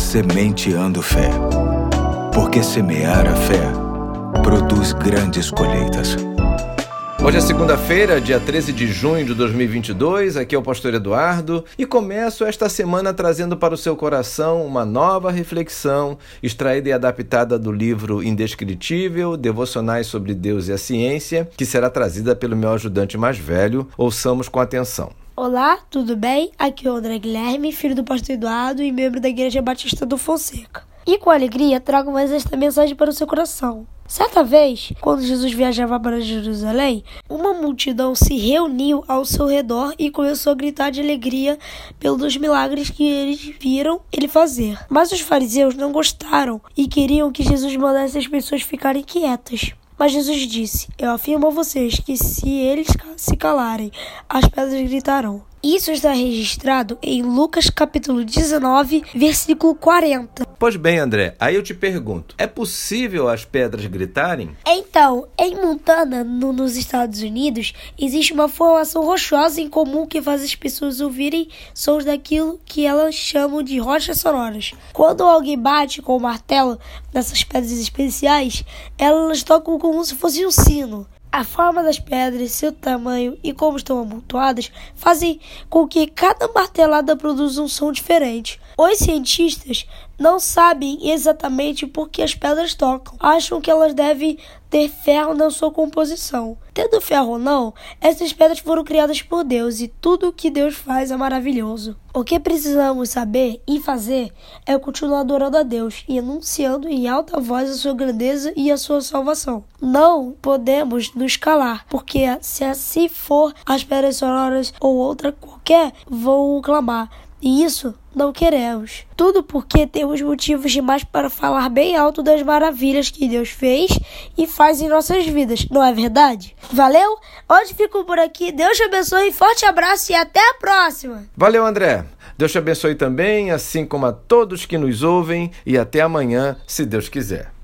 Sementeando Fé. Porque semear a fé produz grandes colheitas. Hoje é segunda-feira, dia 13 de junho de 2022, aqui é o Pastor Eduardo e começo esta semana trazendo para o seu coração uma nova reflexão extraída e adaptada do livro Indescritível, Devocionais sobre Deus e a Ciência, que será trazida pelo meu ajudante mais velho. Ouçamos com atenção. Olá, tudo bem? Aqui é o André Guilherme, filho do Pastor Eduardo e membro da Igreja Batista do Fonseca. E com alegria trago mais esta mensagem para o seu coração. Certa vez, quando Jesus viajava para Jerusalém, uma multidão se reuniu ao seu redor e começou a gritar de alegria pelos milagres que eles viram ele fazer. Mas os fariseus não gostaram e queriam que Jesus mandasse as pessoas ficarem quietas. Mas Jesus disse: eu afirmo a vocês que se eles se calarem, as pedras gritarão. Isso está registrado em Lucas capítulo 19, versículo 40. Pois bem, André, aí eu te pergunto, é possível as pedras gritarem? Então, em Montana, nos Estados Unidos, existe uma formação rochosa incomum que faz as pessoas ouvirem sons daquilo que elas chamam de rochas sonoras. Quando alguém bate com o martelo nessas pedras especiais, elas tocam como se fosse um sino. A forma das pedras, seu tamanho e como estão amontoadas fazem com que cada martelada produza um som diferente. Os cientistas não sabem exatamente por que as pedras tocam. Acham que elas devem ter ferro na sua composição. Tendo ferro ou não, essas pedras foram criadas por Deus e tudo o que Deus faz é maravilhoso. O que precisamos saber e fazer é continuar adorando a Deus e anunciando em alta voz a sua grandeza e a sua salvação. Não podemos nos calar, porque se assim for, as pedras sonoras ou outra qualquer vão clamar. E isso não queremos. Tudo porque temos motivos demais para falar bem alto das maravilhas que Deus fez e faz em nossas vidas, não é verdade? Valeu? Hoje fico por aqui. Deus te abençoe, forte abraço e até a próxima! Valeu, André. Deus te abençoe também, assim como a todos que nos ouvem, e até amanhã, se Deus quiser.